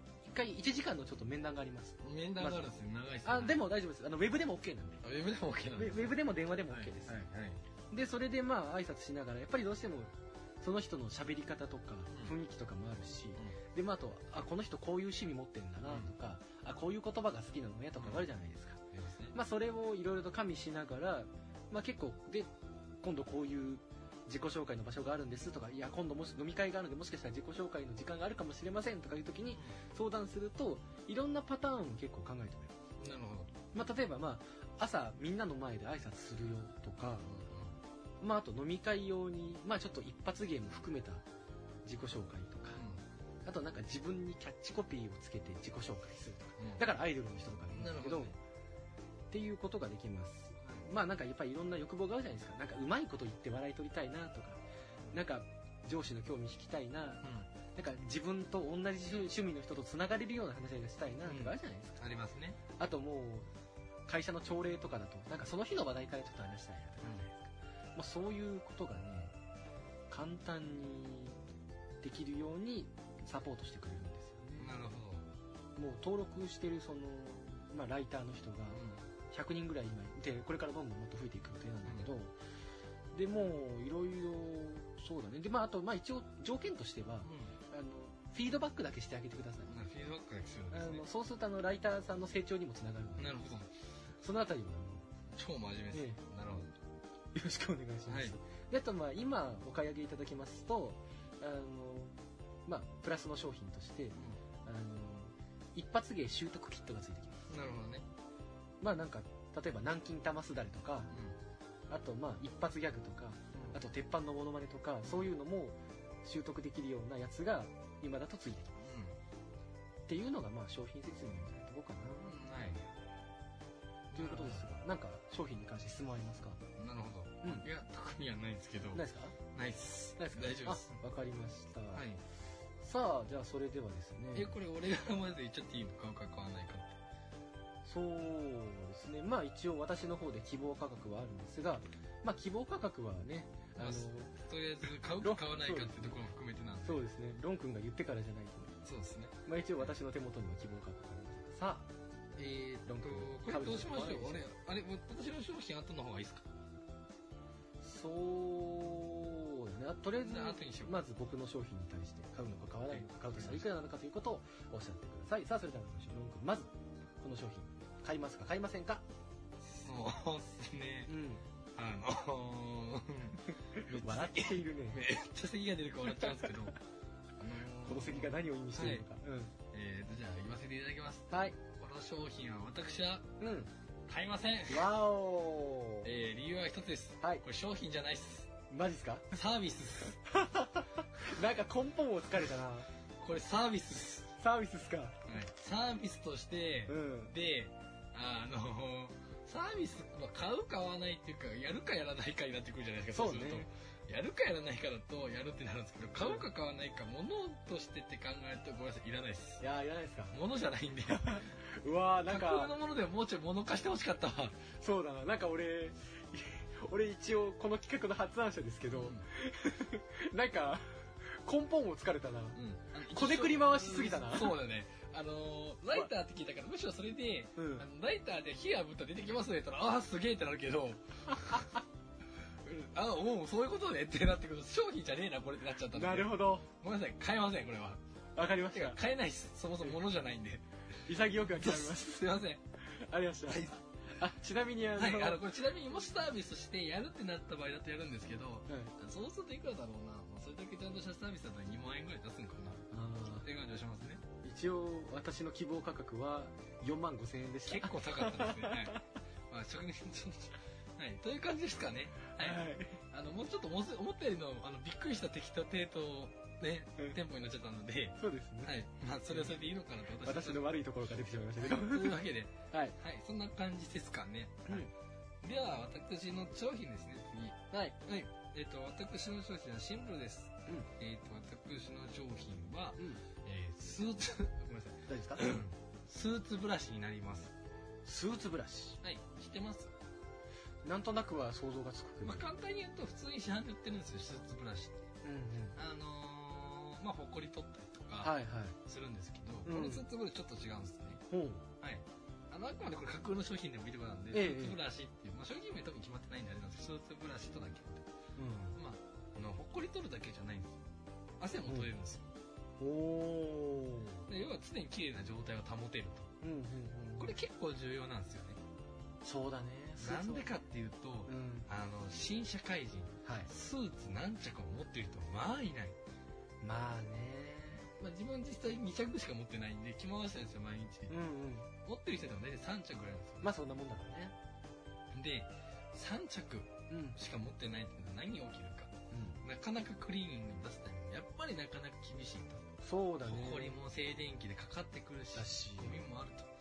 1時間のちょっと面談があります。 面談があるんですよ、長いですね。 でも大丈夫です。ウェブでも OK なんで。 ウェブでも OK なんで。 ウェブでも電話でも OK です。でそれでまあ挨拶しながらやっぱりどうしてもその人の喋り方とか雰囲気とかもあるし、でまああとこの人こういう趣味持ってんだなとか、こういう言葉が好きなのねとかあるじゃないですか。まあそれをいろいろと加味しながら、まあ結構で今度こういう自己紹介の場所があるんですとか、いや今度もし飲み会があるんでもしかしたら自己紹介の時間があるかもしれませんとかいう時に相談するといろんなパターンを結構考えてくれる。 なるほど。 まあ例えばまあ朝みんなの前で挨拶するよとか、まああと飲み会用にまあちょっと一発芸も含めた自己紹介とか、あとなんか自分にキャッチコピーをつけて自己紹介するとか、だからアイドルの人とかなんですけど、っていうことができます。まあなんかやっぱりいろんな欲望があるじゃないですか。なんかうまいこと言って笑い取りたいなとか、なんか上司の興味引きたいな、 なんか自分と同じ趣味の人とつながれるような話がしたいなとかあるじゃないですか、 ありますね。 あともう会社の朝礼とかだとなんかその日の話題からちょっと話したいなとかあるじゃないですか、まあ、そういうことがね簡単にできるようにサポートしてくれるんですよね。 なるほど。 もう登録してるその、まあ、ライターの人が100人ぐらい今いて、これからどんどんもっと増えていく予定なんだけど、でもういろいろそうだね。で、まあ、あと、まあ、一応条件としては、フィードバックだけしてあげてください。 フィードバックが必要ですね。 そうするとライターさんの成長にもつながるので。 なるほど。 そのあたりは超真面目です。なるほど。 よろしくお願いします。はい、であと、まあ、今お買い上げいただきますと、まあ、プラスの商品として、一発芸習得キットがついてきます。 なるほどね。 まあなんか例えば南京玉すだれとか、あとまあ一発ギャグとか、あと鉄板のモノマネとか、そういうのも習得できるようなやつが今だとついてきます、っていうのがまあ商品説明みたいなとこかな、はい、ということですが、なんか商品に関して質問ありますか？ なるほど、いや特にはないんですけど。 ないですか？ ないっす。 大丈夫です。わかりました、はい。さあじゃあそれではですね、 これ俺がまず言っちゃっていいの？買うか買わないかって。 そうですね、まあ一応私の方で希望価格はあるんですが、まあ希望価格はね、 とりあえず買うか買わないかってところも含めてなんで。 そうですね、ロン君が言ってからじゃないと。 そうですね。 まあ一応私の手元には希望価格があります。さあ、ロン君これどうしましょう？あれ私の商品後の方がいいですか？ そうですね、とりあえずまず僕の商品に対して買うのか買わないのか、買うとしたらいくらなのかということをおっしゃってください。さあそれではロン君、まずこの商品買いますか買いませんか？ そうっすね。 笑っているね。 めっちゃ咳が出るから笑っちゃうんですけど。 この咳が何を意味しているのか。 じゃあ言わせていただきます。 はい。 この商品は私は買いません。 わお。 理由は一つです。はい。これ商品じゃないっす。 マジっすか？ サービスっす。 なんか根本を疲れたな。 これサービスっす。 サービスっすか？はい。 サービスとして、で、サービスは買う買わないっていうか、やるかやらないかになってくるじゃないですか。そうすると。やるかやらないかだとやるってなるんですけど、買うか買わないか、物としてって考えるとごめんなさい、いらないです。 いやいらないですか？ 物じゃないんで。 うわなんか。 架空のものでももうちょい物化してほしかったわ。 そうだな、なんか俺一応この企画の発案者ですけど、なんか根本を疲れたな。こねくり回しすぎたな。 そうだね。ライターって聞いたから、むしろそれで、ライターで火あぶったら出てきますねって言ったら、ああすげえってなるけど、もうそういうことねってなってくると、商品じゃねえなこれってなっちゃったんで。 なるほど。 ごめんなさい、買えませんこれは。 わかりました。 買えないです。そもそも物じゃないんで。 潔く諦めます。 すいません。 ありました。ちなみにこれちなみにもしサービスしてやるってなった場合だとやるんですけど、そうするといくらだろうな。それだけちゃんとしたサービスだと2万円ぐらい出すんかな。っていう感じがしますね。 一応私の希望価格は45,000円でした。 結構高かったですね。はい。まあ職人はいという感じですかね。はい。もうちょっと思ったよりのびっくりした適当程度ね店舗になっちゃったので。 そうですね。 はい。まあそれはそれでいいのかなと私の悪いところが出てしまいましたけど。 というわけで、 はいそんな感じですかね。はい。では私の商品ですね次。はい。はい。私の商品はシンプルです。私の商品はスーツごめんなさい。 大丈夫ですか？ スーツブラシになります。 スーツブラシ。 はい。知ってます？ なんとなくは想像がつくけど。 まあ簡単に言うと普通に市販で売ってるんですよ、スーツブラシって。まあほこり取ったりとかするんですけど、このスーツブラシちょっと違うんですね。はい。あくまでこれ架空の商品でも見てことなんで、スーツブラシっていう、まあ商品名多分決まってないんであれなんですけど、スーツブラシとだけ。まあほこり取るだけじゃないんですよ。汗も取れるんですよ。で要は常に綺麗な状態を保てると。これ結構重要なんですよね。 そうだね。 なんでかっていうと、新社会人、スーツ何着も持ってる人まあいない。 まあね。 まあ自分実際2着しか持ってないんで着回したんですよ毎日。持ってる人でも大体3着ぐらいなんですよ。 まあそんなもんだろうね。 で3着しか持ってないっていうのは何が起きるか。なかなかクリーニングに出すためにやっぱりなかなか厳しいと。 そうだね。 ほこりも静電気でかかってくるし、ゴミもあると。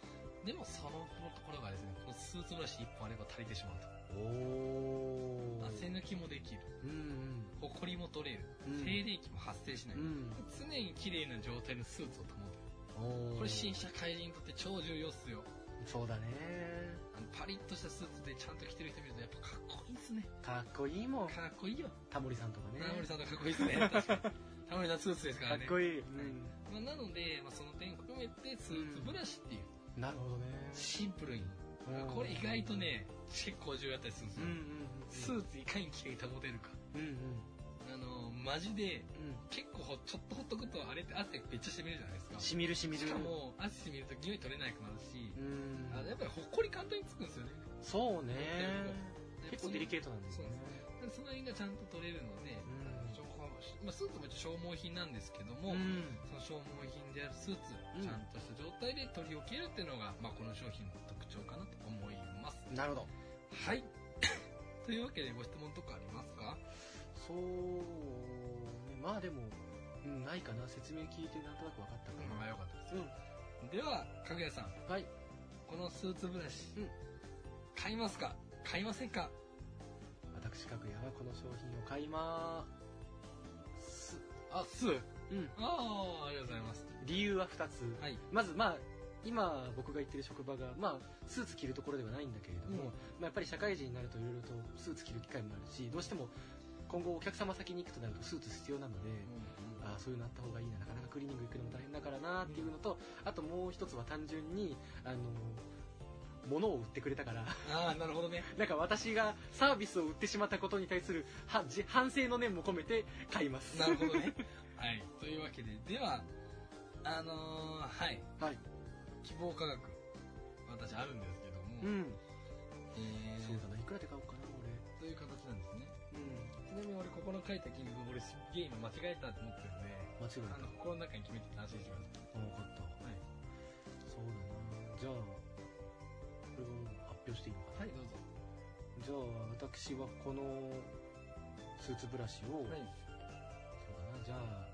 でもそのところがですね、このスーツブラシ1本あれば足りてしまうと。汗抜きもできる。ほこりも取れる。静電気も発生しない。常に綺麗な状態のスーツを保てる。これ新社会人にとって超重要っすよ。 そうだね。 パリッとしたスーツでちゃんと着てる人見るとやっぱかっこいいっすね。 かっこいいもん。 かっこいいよ。 タモリさんとかね。 タモリさんとかかっこいいっすね。確かに。タモリさんスーツですからね。 かっこいい。 なので、その点含めてスーツブラシっていう。 なるほどね。 シンプルに。これ意外とね、結構重要だったりするんですよ。スーツいかに綺麗に保てるか。マジで、結構ちょっとほっとくとあれって汗めっちゃ染みるじゃないですか。 染みる染みる。 しかも汗染みると匂い取れなくなるし、やっぱりほこり簡単につくんですよね。 そうね。結構デリケートなんですよね。 その辺がちゃんと取れるので、スーツも消耗品なんですけども、その消耗品であるスーツ、ちゃんとした状態で取り置けるっていうのが、この商品の特徴かなと思います。 なるほど。 はい。というわけでご質問とかありますか？ そうね、まあでも、ないかな。説明聞いてなんとなく分かったかな。 よかったです。では、かぐやさん。 はい。 このスーツブラシ、買いますか？買いませんか？ 私、かぐやはこの商品を買いまーす。 ありがとうございます。 理由は2つ。 はい。 まず、今僕が行ってる職場が、スーツ着るところではないんだけれども、やっぱり社会人になるといろいろとスーツ着る機会もあるし、どうしても今後お客様先に行くとなるとスーツ必要なので、そういうのあった方がいいな、なかなかクリーニング行くのも大変だからなっていうのと、あともう一つは単純に物を売ってくれたから、 なるほどね。 なんか私がサービスを売ってしまったことに対する反省の念も込めて買います。 なるほどね。はい。というわけで、でははい。希望価格私あるんですけども、 そうだな、いくらで買おうかな俺という形なんですね。ちなみに俺ここの書いた金額俺すっげえ今間違えたと思ってるんで、 間違えた。 心の中に決めて安心してください。 分かった。はい。そうだな。じゃあこれを発表していいのかな。 はい、どうぞ。 じゃあ私はこのスーツブラシを、そうだな、じゃあ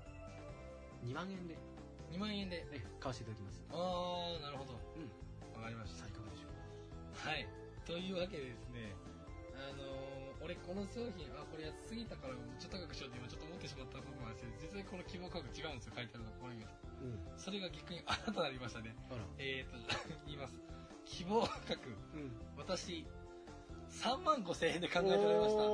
2万円で 2万円で買わせていただきます。 なるほど。わかりました。 いかがでしょうか。はい。というわけでですね、俺この商品、これ安すぎたからちょっと高くしようって今ちょっと思ってしまった部分はですね、実際この希望価格違うんですよ、書いてあるのこれ見ると。それが逆に新たになりましたね。言います。希望価格、私3万5千円で考えておりました。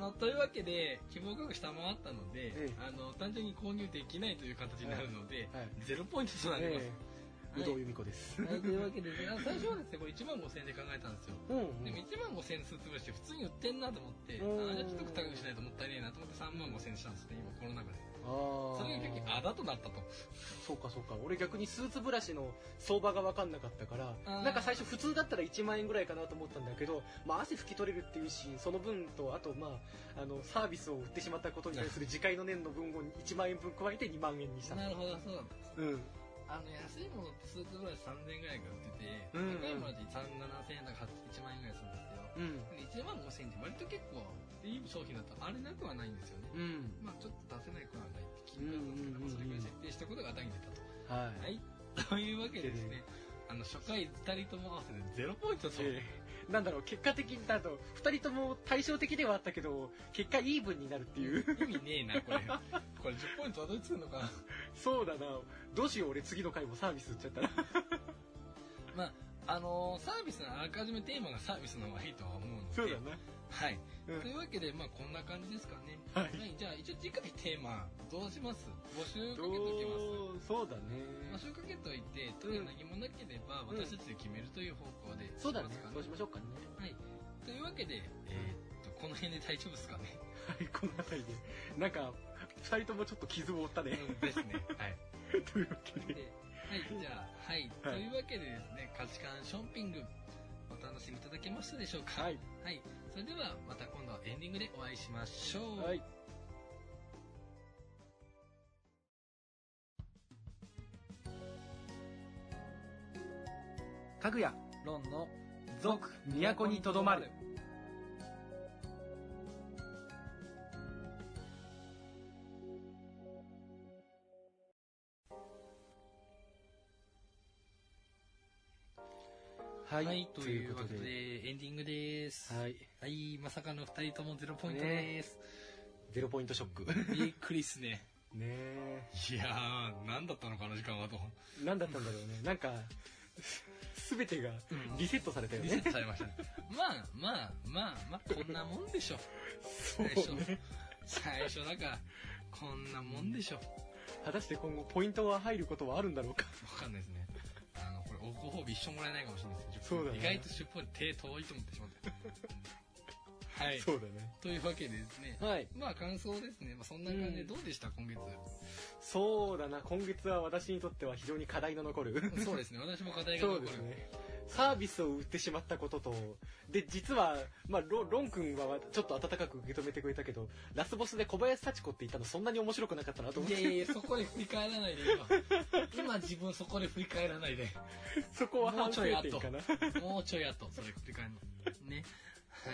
というわけで希望価格下回ったので、単純に購入できないという形になるので、0ポイントとなります。 有働由美子です。 というわけで、最初はですね、これ1万5千円で考えたんですよ。でも1万5千円のスーツブラシって普通に売ってんなと思って、じゃあちょっと高くしないともったいないなと思って3万5千円にしたんですね、今この中で。それが逆にあだとなったと。 そうか。俺逆にスーツブラシの相場が分かんなかったから、なんか最初普通だったら1万円ぐらいかなと思ったんだけど、汗拭き取れるっていうし、その分と、あとサービスを売ってしまったことに対する自戒の念の分を1万円分加えて2万円にした。 なるほど、そうなんです。安いものってスーツブラシ3000円ぐらいが売ってて、高いものだと3、7000円だから1万円ぐらいするんですよ。1万5000円って割と結構いい商品だとあれなくはないんですよね。ちょっと出せないくはないって金額をそれぐらい設定したことが当たりに出たと。はい。というわけでですね、初回2人とも合わせて0ポイントと。 なんだろう、結果的だと2人とも対照的ではあったけど結果イーブンになるっていう。 意味ねえなこれ。これ10ポイントたどり着くのかな。 そうだな、どうしよう俺次の回もサービス売っちゃったら。 サービスのあらかじめテーマがサービスの方がいいとは思うので。 そうだな。 はい。というわけでこんな感じですかね。はい。じゃあ一応次回テーマどうします？募集かけておきます。 そうだね。 募集かけておいて、特に何もなければ私たちで決めるという方向で。 そうだね。そうしましょうかね。 はい。というわけで、この辺で大丈夫ですかね。 はい、この辺りで。なんか2人ともちょっと傷を負ったね。 ですね。はい。 というわけで。 はい、じゃあ、はい。というわけでですね、価値観ショッピング、お楽しみいただけましたでしょうか。はい。はい。それでは、また今度はエンディングでお会いしましょう。はい。 かぐや、ロンの、続、都にとどまる。 はい、 はい、というわけでエンディングです。 はい、 はい、まさかの2人とも0ポイントです。 0ポイントショック。 びっくりっすね。 ねえ。 いやー、何だったのかな時間はと。 何だったんだろうね。なんか全てがリセットされたよね。 リセットされましたね。まあこんなもんでしょ。 そうね。 最初だからこんなもんでしょ。 果たして今後ポイントが入ることはあるんだろうか。 わかんないですね。これご褒美一生もらえないかもしれないです。 そうだね。 意外と出版手遠いと思ってしまって。はい。 そうだね。 というわけでですね。 はい。 まあ感想ですね。まあそんな感じでどうでした今月。 そうだな。今月は私にとっては非常に課題の残る。 そうですね。私も課題が残る。 そうですね。サービスを売ってしまったことと、で、実は、まあ、ロン君はちょっと温かく受け止めてくれたけど、ラスボスで小林幸子って言ったのそんなに面白くなかったなと思って。 いや、そこで振り返らないで今自分そこで振り返らないで。 そこは反省点かな。 もうちょい後、それ振り返るの。ね。はい。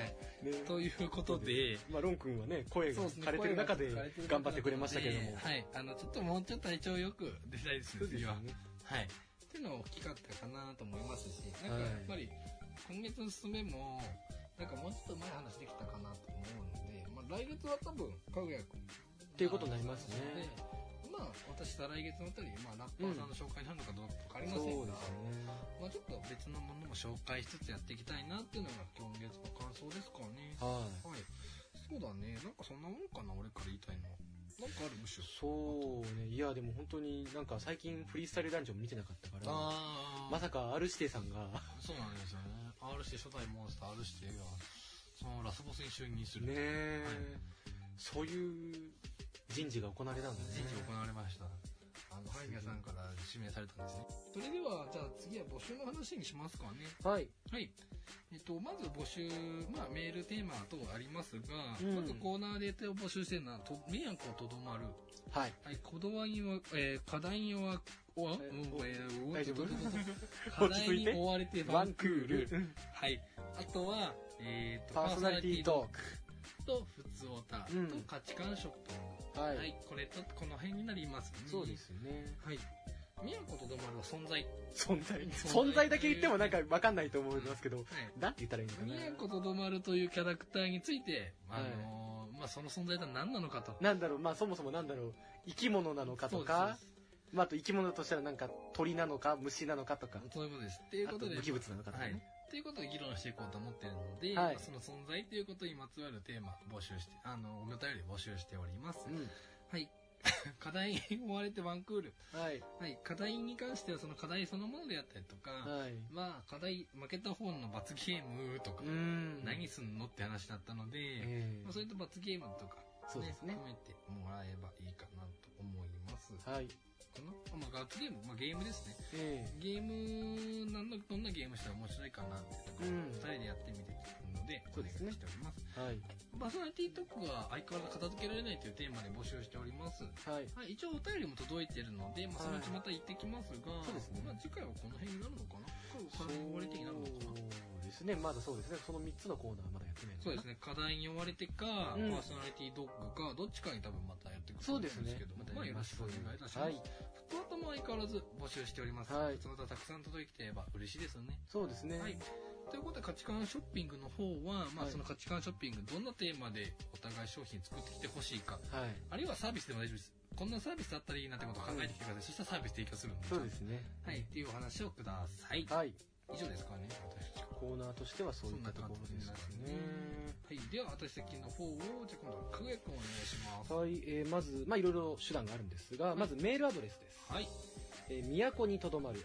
ね、ということで、 まあ、ロン君はね、声が枯れてる中で頑張ってくれましたけども。 はい。ちょっともうちょっと体調よく出たいですね、次は。はい。っていうのは大きかったかなと思いますし、なんかやっぱり今月の進めもなんかもうちょっと前話できたかなと思うので、まあ、来月は多分かぐやくんっていうことになりますね。 まあ私は来月のあたり、まあ、ラッパーさんの紹介になるのかどうか分かりませんが、まあ、ちょっと別のものも紹介しつつやっていきたいなっていうのが今月の感想ですかね。はい、そうだね。なんかそんなもんかな、俺から言いたいのは。なんかあるむしろ。 そうね。いやでも本当になんか最近フリースタイルダンジョン見てなかったから、まさか R 指定さんがそうなんですよね。R 指定初代モンスター R 指定がそのラスボスに就任するねえ、はい、そういう人事が行われたんだね。人事が行われました。はい、皆さんから指名されたんですね。それではじゃあ次は募集の話にしますかね。はい。はい。まず募集、まあメールテーマ等ありますが、まずコーナーで募集してるのは、迷惑をとどまる。はい。はい、こだわりは、課題には、大丈夫課題に追われてワンクール。はい。あとは、パーソナリティトーク。と、ふつおた。と、価値観ショッピング。はい。これと、この辺になりますね。そうですね。はい。宮古とどまるは存在だけ言ってもなんか分かんないと思いますけど、なんて言ったらいいのかな。宮古とどまるというキャラクターについて、まあその存在とは何なのかと。なんだろう、まあそもそもなんだろう、生き物なのかとか、まああと生き物としたらなんか鳥なのか虫なのかとか。そういうことです。っていうことで。無機物なのかとかね。っていうことを議論していこうと思っているので、その存在ということにまつわるテーマ募集して、お便り募集しております。はい。課題に追われてワンクール。はい。はい。課題に関してはその課題そのものであったりとか、はい。まあ、課題、負けた方の罰ゲームとか、何すんのって話だったので、まあ、それと罰ゲームとか、そうですね。含めてもらえばいいかなと思います。はい。かな、まあ、罰ゲーム、まあ、ゲームですね。ゲーム、どんなゲームしたら面白いかなってところを2人でやってみてるので、お願いしております。はい。パーソナリティトークは相変わらず片付けられないというテーマで募集しております。はい。はい、一応お便りも届いてるので、まあ、そのうちまた行ってきますが、そうですね。まあ、次回はこの辺になるのかな？課題に追われてになるのかな？そうですね。まだそうですね。その3つのコーナーまだやってないのかな。そうですね。課題に追われてか、パーソナリティドッグか、どっちかに多分またやっていくと思うんですけど、まあ、よろしくお願いいたします。はい。ふつおたも相変わらず募集しております。はい。ふつおたたくさん届いてれば嬉しいですよね。そうですね。はい。ということで価値観ショッピングの方は、まあその価値観ショッピングどんなテーマでお互い商品作ってきてほしいか、はい、あるいはサービスでも大丈夫です。こんなサービスあったらいいなってことを考えてきてください。そしたらサービス提供するんで。そうですね。はい。っていうお話をください。はい。以上ですかね。私コーナーとしてはそういったところですかね。はい。では私先の方をじゃあ今度はかぐやくんお願いします。はい。まずまあいろいろ手段があるんですが、まずメールアドレスです。はい。都にとどまる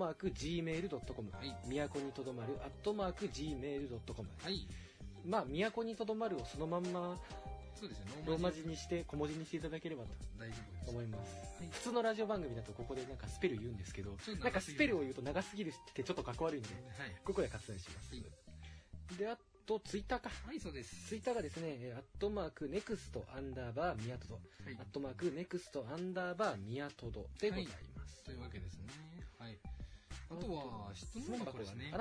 @gmail.com、はい、都にとどまる@gmail.com、はい、まあ都にとどまるをそのまんまそうですね、ローマ字にして小文字にしていただければと思います。はい、普通のラジオ番組だとここでなんかスペル言うんですけど、なんかスペルを言うと長すぎるってちょっとかっこ悪いんで、はい、ここで割愛します。はい、であとツイッターか。はい、そうです。ツイッターがですね、@next_宮戸、@next_宮戸でございます。というわけですね。はい。 あとは質問箱ですね。はい、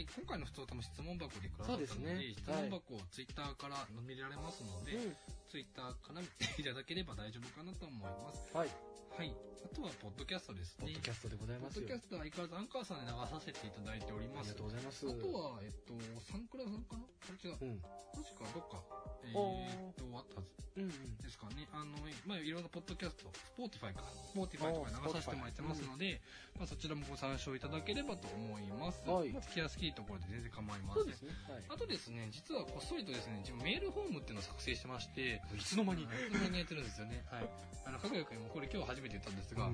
今回の普通歌も質問箱でくださったので、質問箱をツイッターから見られますので、ツイッターから見ていただければ大丈夫かなと思います。はい。はい。あとはポッドキャストですね。 ポッドキャストでございますよ。 ポッドキャストは相変わらずアンカーさんで流させていただいております。 ありがとうございます。 あとはサンクラさんかな？これ違う。確かどっかあったはずですかね。まあいろんなポッドキャスト、スポーティファイとか流させてもらってますので、まあそちらもご参照いただければと思います。まあ聞きやすいところで全然構いません。あとですね、実はこっそりとですね、自分メールフォームっていうのを作成してまして、 いつの間にやってるんですよね。はい。かぐやくんもこれ今日初めて言ったんですが、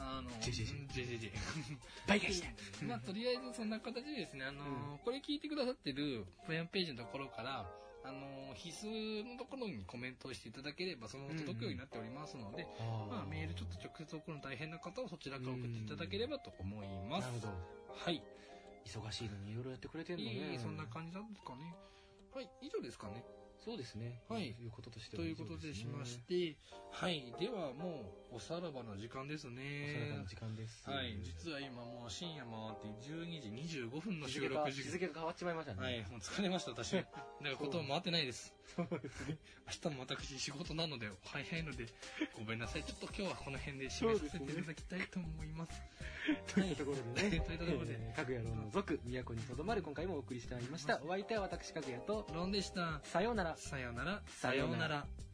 倍返しだ。 まあとりあえずそんな形でですね、これ聞いてくださってるホームページのところから、必須のところにコメントをしていただければその届くようになっておりますので、まあメールちょっと直接送るの大変な方はそちらから送っていただければと思います。 なるほど。 はい。 忙しいのにいろいろやってくれてるのね。 そんな感じなんですかね。はい、以上ですかね。 そうですね。 はい。 ということとしてということでしまして、はい。ではもう、おさらばの時間ですね。 おさらばの時間です。 はい。実は今もう深夜回って12時25分の収録時間。 日付が変わっちまいましたね。 はい。もう疲れました、私。だからことも回ってないです。 そうですね。 明日も私仕事なので、早いので、ごめんなさい。ちょっと今日はこの辺で締めさせていただきたいと思います。 といったところでね。 といったところで。 かぐやろんの族、都にとどまる今回もお送りしてまいりました。お相手は私かぐやと、 ロンでした。 さようなら。 さようなら。さようなら。